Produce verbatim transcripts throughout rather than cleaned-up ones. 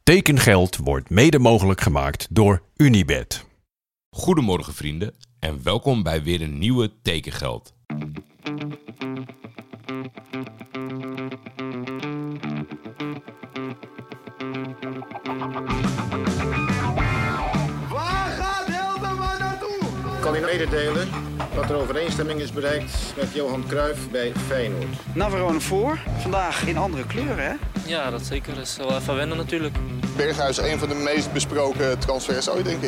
Tekengeld wordt mede mogelijk gemaakt door Unibet. Goedemorgen vrienden en welkom bij weer een nieuwe Tekengeld. Waar gaat Hildeman naartoe? Ik kan u mededelen dat er overeenstemming is bereikt met Johan Cruijff bij Feyenoord. Navarone voor, vandaag in andere kleuren, hè? Ja, dat zeker. Dat is wel even wennen natuurlijk. Berghuis, een van de meest besproken transfers ooit, denk ik.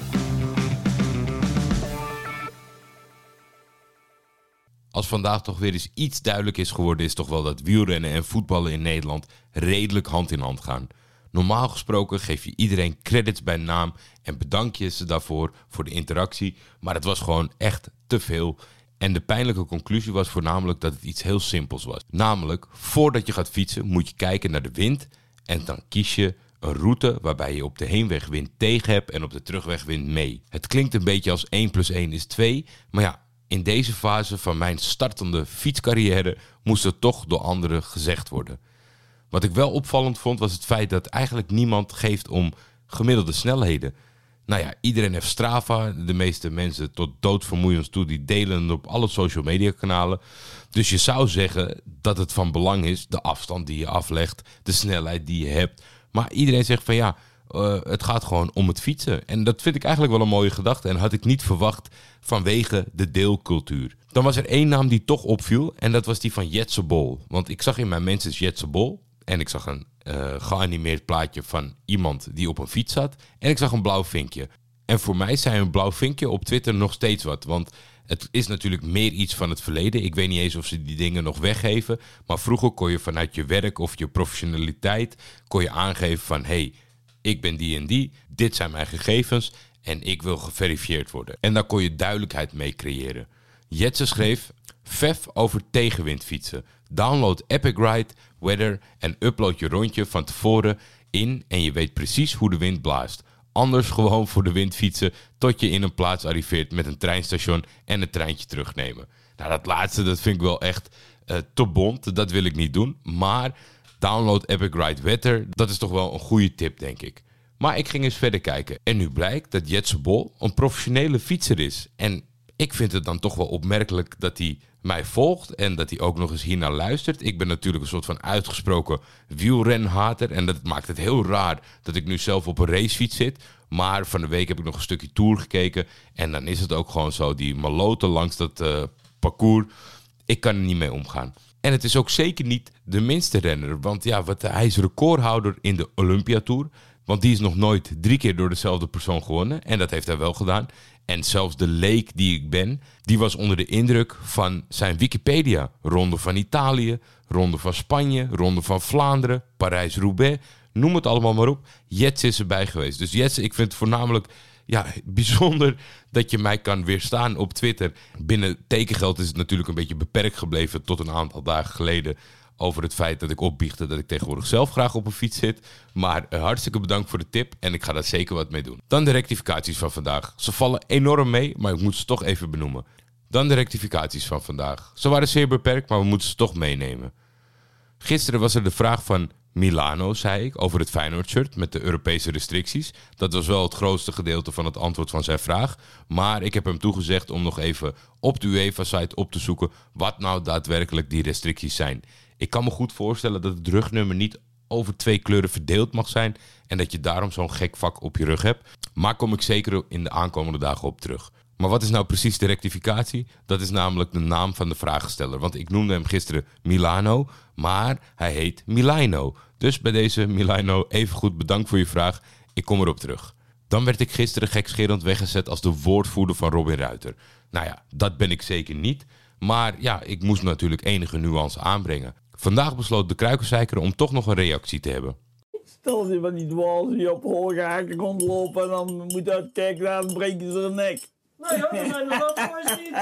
Als vandaag toch weer eens iets duidelijk is geworden, is toch wel dat wielrennen en voetballen in Nederland redelijk hand in hand gaan. Normaal gesproken geef je iedereen credits bij naam en bedank je ze daarvoor voor de interactie, maar het was gewoon echt te veel. En de pijnlijke conclusie was voornamelijk dat het iets heel simpels was. Namelijk, voordat je gaat fietsen moet je kijken naar de wind en dan kies je een route waarbij je op de heenweg wind tegen hebt en op de terugweg wind mee. Het klinkt een beetje als één plus één is twee, maar ja, in deze fase van mijn startende fietscarrière moest het toch door anderen gezegd worden. Wat ik wel opvallend vond was het feit dat eigenlijk niemand geeft om gemiddelde snelheden. Nou ja, iedereen heeft Strava. De meeste mensen tot doodvermoeiend toe die delen het op alle social media kanalen. Dus je zou zeggen dat het van belang is, de afstand die je aflegt, de snelheid die je hebt. Maar iedereen zegt van ja, uh, het gaat gewoon om het fietsen. En dat vind ik eigenlijk wel een mooie gedachte en had ik niet verwacht vanwege de deelcultuur. Dan was er één naam die toch opviel en dat was die van Jetse Bol. Want ik zag in mijn mensen Jetse Bol en ik zag een uh, geanimeerd plaatje van iemand die op een fiets zat en ik zag een blauw vinkje. En voor mij zijn een blauw vinkje op Twitter nog steeds wat, want het is natuurlijk meer iets van het verleden. Ik weet niet eens of ze die dingen nog weggeven, maar vroeger kon je vanuit je werk of je professionaliteit kon je aangeven van hé, hey, ik ben die en die, dit zijn mijn gegevens en ik wil geverifieerd worden. En daar kon je duidelijkheid mee creëren. Jetse schreef, Vef over tegenwind fietsen. Download Epic Ride, Weather en upload je rondje van tevoren in en je weet precies hoe de wind blaast. Anders gewoon voor de wind fietsen tot je in een plaats arriveert met een treinstation en het treintje terugnemen. Nou, dat laatste, dat vind ik wel echt uh, te bont. Dat wil ik niet doen. Maar download Epic Ride Weather, dat is toch wel een goede tip, denk ik. Maar ik ging eens verder kijken. En nu blijkt dat Jetse Bol een professionele fietser is. En ik vind het dan toch wel opmerkelijk dat hij mij volgt en dat hij ook nog eens hiernaar luistert. Ik ben natuurlijk een soort van uitgesproken wielrenhater en dat maakt het heel raar dat ik nu zelf op een racefiets zit. Maar van de week heb ik nog een stukje Tour gekeken en dan is het ook gewoon zo, die maloten langs dat uh, parcours, ik kan er niet mee omgaan. En het is ook zeker niet de minste renner, want ja, wat, hij is recordhouder in de Olympia Tour. Want die is nog nooit drie keer door dezelfde persoon gewonnen. En dat heeft hij wel gedaan. En zelfs de leek die ik ben, die was onder de indruk van zijn Wikipedia. Ronde van Italië, Ronde van Spanje, Ronde van Vlaanderen, Parijs-Roubaix. Noem het allemaal maar op. Jetse is erbij geweest. Dus Jetse, ik vind het voornamelijk ja, bijzonder dat je mij kan weerstaan op Twitter. Binnen tekengeld is het natuurlijk een beetje beperkt gebleven tot een aantal dagen geleden. Over het feit dat ik opbiechte dat ik tegenwoordig zelf graag op een fiets zit. Maar uh, hartstikke bedankt voor de tip en ik ga daar zeker wat mee doen. Dan de rectificaties van vandaag. Ze vallen enorm mee, maar ik moet ze toch even benoemen. Dan de rectificaties van vandaag. Ze waren zeer beperkt, maar we moeten ze toch meenemen. Gisteren was er de vraag van Milano, zei ik, over het Feyenoord-shirt met de Europese restricties. Dat was wel het grootste gedeelte van het antwoord van zijn vraag. Maar ik heb hem toegezegd om nog even op de UEFA-site op te zoeken wat nou daadwerkelijk die restricties zijn. Ik kan me goed voorstellen dat het rugnummer niet over twee kleuren verdeeld mag zijn en dat je daarom zo'n gek vak op je rug hebt. Maar kom ik zeker in de aankomende dagen op terug. Maar wat is nou precies de rectificatie? Dat is namelijk de naam van de vraagsteller. Want ik noemde hem gisteren Milano, maar hij heet Milano. Dus bij deze Milano even goed bedankt voor je vraag. Ik kom erop terug. Dan werd ik gisteren gekscherend weggezet als de woordvoerder van Robin Ruiter. Nou ja, dat ben ik zeker niet. Maar ja, ik moest natuurlijk enige nuance aanbrengen. Vandaag besloot de Kruikenzeiker om toch nog een reactie te hebben. Stel je van die dwazen die op hoge hakken rondlopen en dan moet uitkijken, dan breken ze hun nek. Nee, hoor, dat is niet.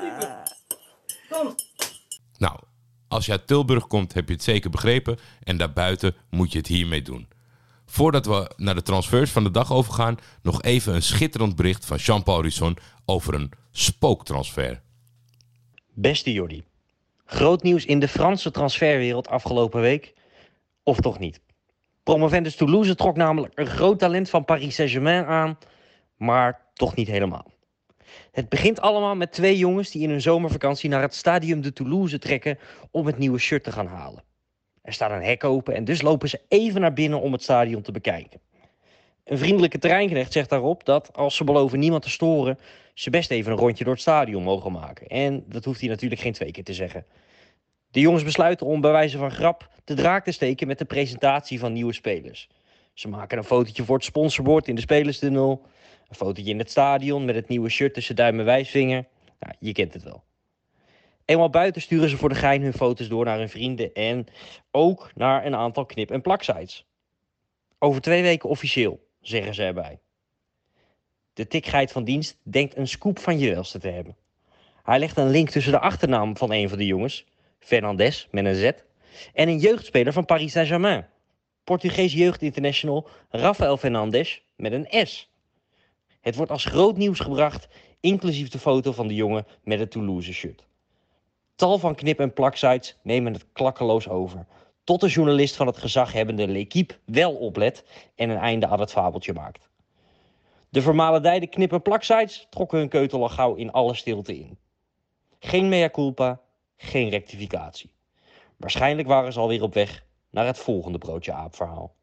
Kom. Nou, als je uit Tilburg komt heb je het zeker begrepen en daarbuiten moet je het hiermee doen. Voordat we naar de transfers van de dag overgaan, nog even een schitterend bericht van Jean-Paul Risson over een spooktransfer. Beste Jordi, groot nieuws in de Franse transferwereld afgelopen week, of toch niet? Promovendus Toulouse trok namelijk een groot talent van Paris Saint-Germain aan, maar toch niet helemaal. Het begint allemaal met twee jongens die in hun zomervakantie naar het Stadium de Toulouse trekken om het nieuwe shirt te gaan halen. Er staat een hek open en dus lopen ze even naar binnen om het stadion te bekijken. Een vriendelijke terreinknecht zegt daarop dat als ze beloven niemand te storen, ze best even een rondje door het stadion mogen maken. En dat hoeft hij natuurlijk geen twee keer te zeggen. De jongens besluiten om bij wijze van grap de draak te steken met de presentatie van nieuwe spelers. Ze maken een fotootje voor het sponsorbord in de spelerstunnel, een fotootje in het stadion met het nieuwe shirt tussen duim en wijsvinger. Nou, je kent het wel. Eenmaal buiten sturen ze voor de gein hun foto's door naar hun vrienden en ook naar een aantal knip- en plaksites. Over twee weken officieel, zeggen ze erbij. De tikgeit van dienst denkt een scoop van je welste te hebben. Hij legt een link tussen de achternaam van een van de jongens, Fernandes met een Z, en een jeugdspeler van Paris Saint-Germain, Portugees jeugdinternational Rafael Fernandes met een S. Het wordt als groot nieuws gebracht, inclusief de foto van de jongen met het Toulouse shirt. Tal van knip- en plaksites nemen het klakkeloos over, tot de journalist van het gezaghebbende L'Équipe wel oplet en een einde aan het fabeltje maakt. De vermalendijde knip- en plaksites trokken hun keutel al gauw in alle stilte in. Geen mea culpa, geen rectificatie. Waarschijnlijk waren ze alweer op weg naar het volgende broodje aap verhaal.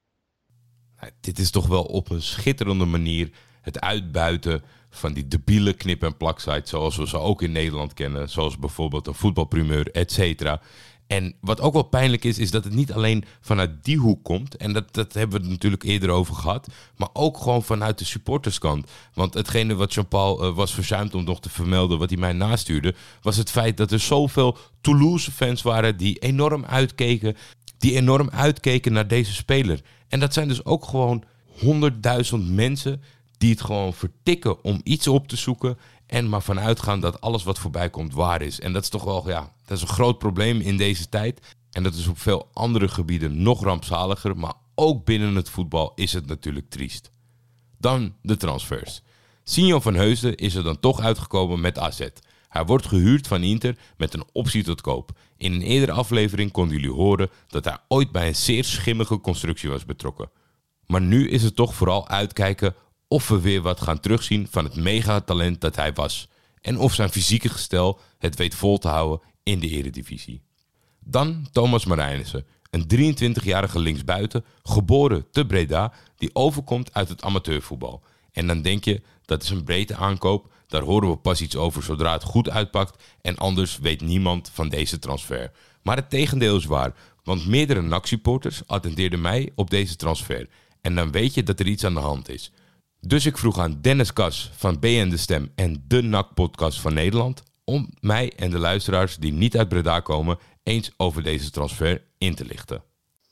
Nou, dit is toch wel op een schitterende manier het uitbuiten van die debiele knip- en plaksites zoals we ze ook in Nederland kennen. Zoals bijvoorbeeld een voetbalprimeur, et cetera. En wat ook wel pijnlijk is, is dat het niet alleen vanuit die hoek komt. En dat, dat hebben we het natuurlijk eerder over gehad. Maar ook gewoon vanuit de supporterskant. Want hetgene wat Jean-Paul uh, was verzuimd om nog te vermelden, wat hij mij nastuurde, was het feit dat er zoveel Toulouse-fans waren die enorm uitkeken. Die enorm uitkeken naar deze speler. En dat zijn dus ook gewoon honderdduizend mensen die het gewoon vertikken om iets op te zoeken en maar vanuit gaan dat alles wat voorbij komt waar is. En dat is toch wel, ja, dat is een groot probleem in deze tijd. En dat is op veel andere gebieden nog rampzaliger, maar ook binnen het voetbal is het natuurlijk triest. Dan de transfers. Sinjo van Heusden is er dan toch uitgekomen met A Z. Hij wordt gehuurd van Inter met een optie tot koop. In een eerdere aflevering konden jullie horen dat hij ooit bij een zeer schimmige constructie was betrokken. Maar nu is het toch vooral uitkijken of we weer wat gaan terugzien van het megatalent dat hij was. En of zijn fysieke gestel het weet vol te houden in de eredivisie. Dan Thomas Marijnissen, een drieëntwintigjarige linksbuiten, geboren te Breda, die overkomt uit het amateurvoetbal. En dan denk je, dat is een breedte aankoop, daar horen we pas iets over zodra het goed uitpakt en anders weet niemand van deze transfer. Maar het tegendeel is waar, want meerdere N A C-supporters attendeerden mij op deze transfer. En dan weet je dat er iets aan de hand is. Dus ik vroeg aan Dennis Kas van B N De Stem en de N A C-podcast van Nederland om mij en de luisteraars die niet uit Breda komen eens over deze transfer in te lichten.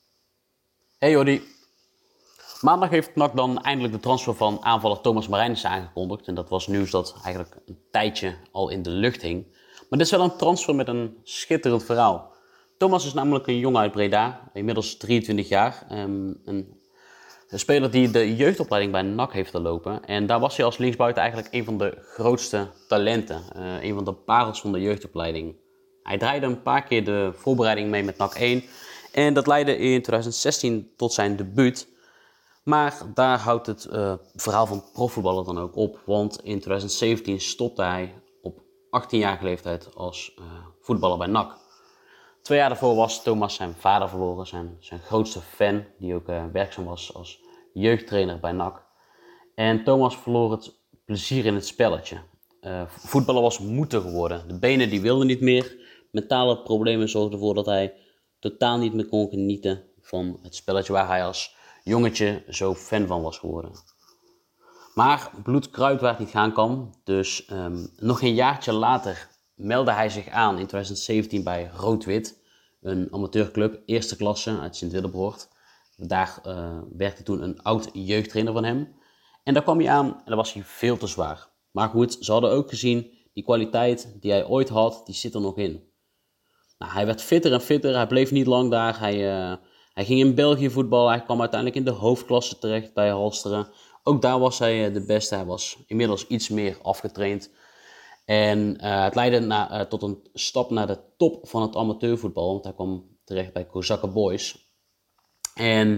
Hey Jordi. Maandag heeft N A C dan eindelijk de transfer van aanvaller Thomas Marijnissen aangekondigd. En dat was nieuws dat eigenlijk een tijdje al in de lucht hing. Maar dit is wel een transfer met een schitterend verhaal. Thomas is namelijk een jongen uit Breda, inmiddels drieëntwintig jaar. Um, een Een speler die de jeugdopleiding bij N A C heeft te lopen. En daar was hij als linksbuiten eigenlijk een van de grootste talenten. Uh, een van de parels van de jeugdopleiding. Hij draaide een paar keer de voorbereiding mee met N A C één. En dat leidde in twintig zestien tot zijn debuut. Maar daar houdt het uh, verhaal van profvoetballer dan ook op. Want in twintig zeventien stopte hij op achttienjarige leeftijd als uh, voetballer bij N A C. Twee jaar daarvoor was Thomas zijn vader verloren, zijn, zijn grootste fan, die ook uh, werkzaam was als jeugdtrainer bij N A C. En Thomas verloor het plezier in het spelletje. Uh, voetballer was moeder geworden. De benen die wilden niet meer. Mentale problemen zorgden ervoor dat hij totaal niet meer kon genieten van het spelletje waar hij als jongetje zo fan van was geworden. Maar bloed kruidt niet gaan kan. Dus um, nog een jaartje later meldde hij zich aan in twintig zeventien bij Rood-Wit, een amateurclub, eerste klasse uit Sint-Willebroort. Daar uh, werkte toen een oud jeugdtrainer van hem. En daar kwam hij aan en daar was hij veel te zwaar. Maar goed, ze hadden ook gezien, die kwaliteit die hij ooit had, die zit er nog in. Nou, hij werd fitter en fitter, hij bleef niet lang daar. Hij, uh, hij ging in België voetballen, hij kwam uiteindelijk in de hoofdklasse terecht bij Halsteren. Ook daar was hij uh, de beste, hij was inmiddels iets meer afgetraind. En uh, het leidde na, uh, tot een stap naar de top van het amateurvoetbal. Want hij kwam terecht bij Kozakke Boys. En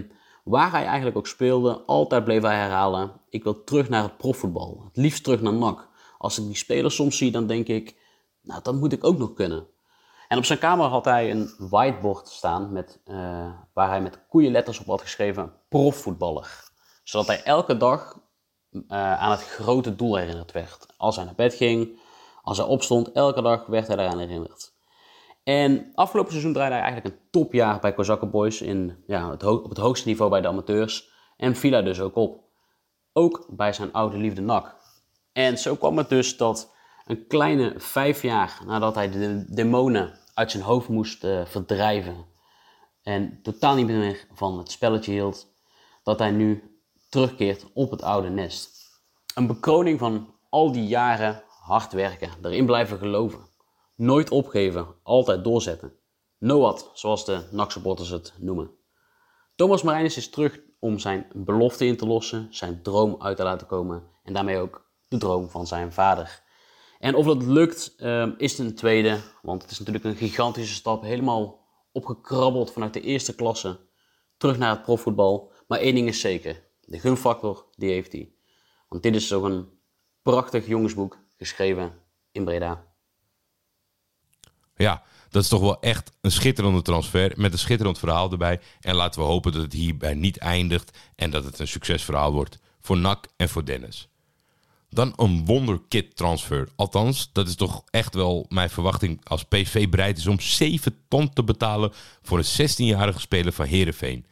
Waar hij eigenlijk ook speelde, altijd bleef hij herhalen: ik wil terug naar het profvoetbal. Het liefst terug naar N A C. Als ik die spelers soms zie, dan denk ik, nou, dat moet ik ook nog kunnen. En op zijn kamer had hij een whiteboard staan met, uh, waar hij met koeienletters op had geschreven profvoetballer. Zodat hij elke dag uh, aan het grote doel herinnerd werd. Als hij naar bed ging, als hij opstond, elke dag werd hij daaraan herinnerd. En afgelopen seizoen draaide hij eigenlijk een topjaar bij Kozakken Boys in, ja, het ho- op het hoogste niveau bij de amateurs. En viel hij dus ook op. Ook bij zijn oude liefde N A C. En zo kwam het dus dat een kleine vijf jaar nadat hij de demonen uit zijn hoofd moest uh, verdrijven en totaal niet meer van het spelletje hield, dat hij nu terugkeert op het oude nest. Een bekroning van al die jaren hard werken, erin blijven geloven. Nooit opgeven, altijd doorzetten. No what, zoals de N A C-supporters het noemen. Thomas Marijnissen is terug om zijn belofte in te lossen, zijn droom uit te laten komen en daarmee ook de droom van zijn vader. En of dat lukt, uh, is een tweede, want het is natuurlijk een gigantische stap, helemaal opgekrabbeld vanuit de eerste klasse, terug naar het profvoetbal. Maar één ding is zeker, de gunfactor, die heeft hij. Want dit is toch een prachtig jongensboek, geschreven in Breda. Ja, dat is toch wel echt een schitterende transfer met een schitterend verhaal erbij. En laten we hopen dat het hierbij niet eindigt en dat het een succesverhaal wordt voor N A C en voor Dennis. Dan een wonderkid transfer. Althans, dat is toch echt wel mijn verwachting als P S V bereid is om zeven ton te betalen voor een zestienjarige speler van Heerenveen.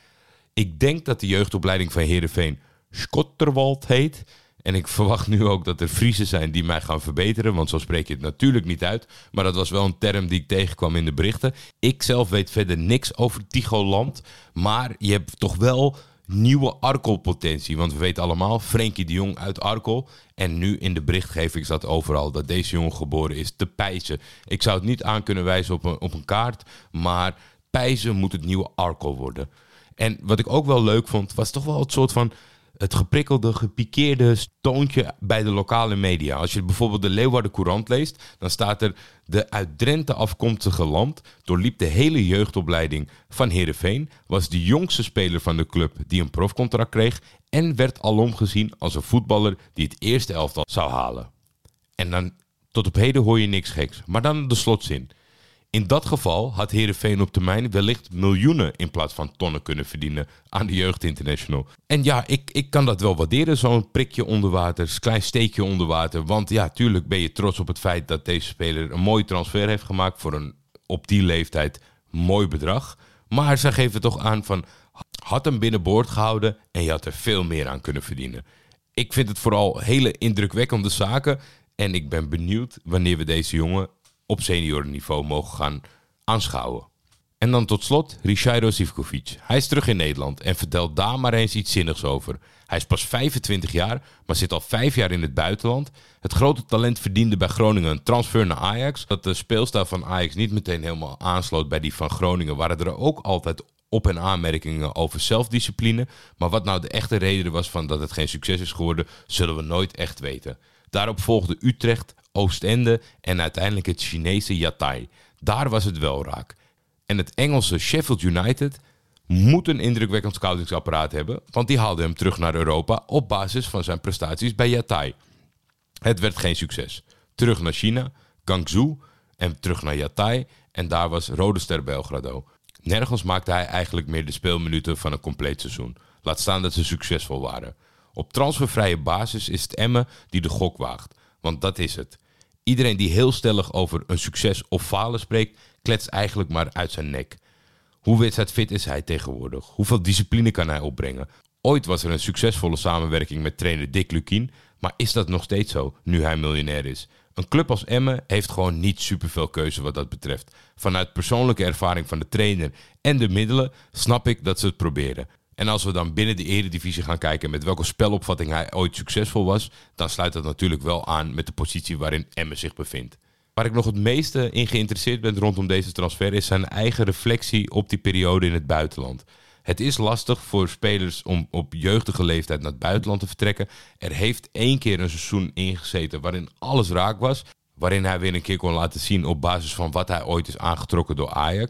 Ik denk dat de jeugdopleiding van Heerenveen Schotterwald heet. En ik verwacht nu ook dat er Friesen zijn die mij gaan verbeteren, want zo spreek je het natuurlijk niet uit. Maar dat was wel een term die ik tegenkwam in de berichten. Ik zelf weet verder niks over Tycholand, maar je hebt toch wel nieuwe Arkel-potentie. Want we weten allemaal, Frenkie de Jong uit Arkel. En nu in de berichtgeving staat overal dat deze jongen geboren is te Pijzen. Ik zou het niet aan kunnen wijzen op een, op een kaart, maar Pijzen moet het nieuwe Arkel worden. En wat ik ook wel leuk vond, was toch wel het soort van het geprikkelde, gepikeerde toontje bij de lokale media. Als je bijvoorbeeld de Leeuwarden Courant leest, dan staat er: de uit Drenthe afkomstige Land doorliep de hele jeugdopleiding van Heerenveen, was de jongste speler van de club die een profcontract kreeg en werd alom gezien als een voetballer die het eerste elftal zou halen. En dan tot op heden hoor je niks geks. Maar dan de slotzin. In dat geval had Heerenveen op termijn wellicht miljoenen in plaats van tonnen kunnen verdienen aan de Jeugd International. En ja, ik, ik kan dat wel waarderen, zo'n prikje onder water, een klein steekje onder water. Want ja, tuurlijk ben je trots op het feit dat deze speler een mooie transfer heeft gemaakt voor een op die leeftijd mooi bedrag. Maar ze geven toch aan van, had hem binnenboord gehouden en je had er veel meer aan kunnen verdienen. Ik vind het vooral hele indrukwekkende zaken en ik ben benieuwd wanneer we deze jongen op seniorenniveau mogen gaan aanschouwen. En dan tot slot Richairo Zivkovic. Hij is terug in Nederland en vertelt daar maar eens iets zinnigs over. Hij is pas vijfentwintig jaar, maar zit al vijf jaar in het buitenland. Het grote talent verdiende bij Groningen een transfer naar Ajax. Dat de speelstijl van Ajax niet meteen helemaal aansloot bij die van Groningen, waren er ook altijd op- en aanmerkingen over zelfdiscipline. Maar wat nou de echte reden was van dat het geen succes is geworden, zullen we nooit echt weten. Daarop volgde Utrecht, Oostende en uiteindelijk het Chinese Yatai. Daar was het wel raak. En het Engelse Sheffield United moet een indrukwekkend scoutingsapparaat hebben, want die haalde hem terug naar Europa op basis van zijn prestaties bij Yatai. Het werd geen succes. Terug naar China, Guangzhou en terug naar Yatai en daar was Rode Ster Belgrado. Nergens maakte hij eigenlijk meer de speelminuten van een compleet seizoen. Laat staan dat ze succesvol waren. Op transfervrije basis is het Emmen die de gok waagt. Want dat is het. Iedereen die heel stellig over een succes of falen spreekt, kletst eigenlijk maar uit zijn nek. Hoe wedstrijdfit is hij tegenwoordig? Hoeveel discipline kan hij opbrengen? Ooit was er een succesvolle samenwerking met trainer Dick Lukien, maar is dat nog steeds zo, nu hij miljonair is? Een club als Emmen heeft gewoon niet superveel keuze wat dat betreft. Vanuit persoonlijke ervaring van de trainer en de middelen snap ik dat ze het proberen. En als we dan binnen de Eredivisie gaan kijken met welke spelopvatting hij ooit succesvol was, dan sluit dat natuurlijk wel aan met de positie waarin Emmen zich bevindt. Waar ik nog het meeste in geïnteresseerd ben rondom deze transfer is zijn eigen reflectie op die periode in het buitenland. Het is lastig voor spelers om op jeugdige leeftijd naar het buitenland te vertrekken. Er heeft één keer een seizoen ingezeten waarin alles raak was, waarin hij weer een keer kon laten zien op basis van wat hij ooit is aangetrokken door Ajax.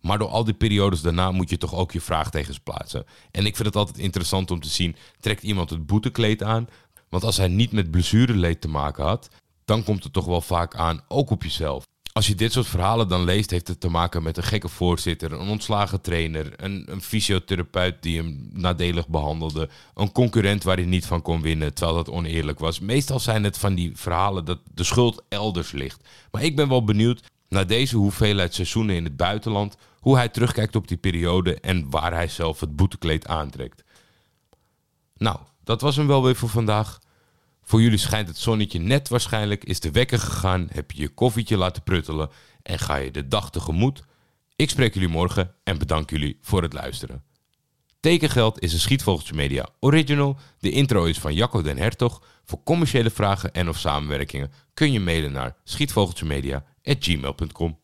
Maar door al die periodes daarna moet je toch ook je vraagtekens plaatsen. En ik vind het altijd interessant om te zien, trekt iemand het boetekleed aan? Want als hij niet met blessureleed te maken had, dan komt het toch wel vaak aan, ook op jezelf. Als je dit soort verhalen dan leest, heeft het te maken met een gekke voorzitter, een ontslagen trainer, een, een fysiotherapeut die hem nadelig behandelde, een concurrent waar hij niet van kon winnen, terwijl dat oneerlijk was. Meestal zijn het van die verhalen dat de schuld elders ligt. Maar ik ben wel benieuwd, na deze hoeveelheid seizoenen in het buitenland, hoe hij terugkijkt op die periode en waar hij zelf het boetekleed aantrekt. Nou, dat was hem wel weer voor vandaag. Voor jullie schijnt het zonnetje net waarschijnlijk, is de wekker gegaan, heb je je koffietje laten pruttelen en ga je de dag tegemoet. Ik spreek jullie morgen en bedank jullie voor het luisteren. Tekengeld is een Schietvogeltje Media original. De intro is van Jacco den Hertog. Voor commerciële vragen en of samenwerkingen kun je mailen naar schietvogeltjemedia at gmail punt com.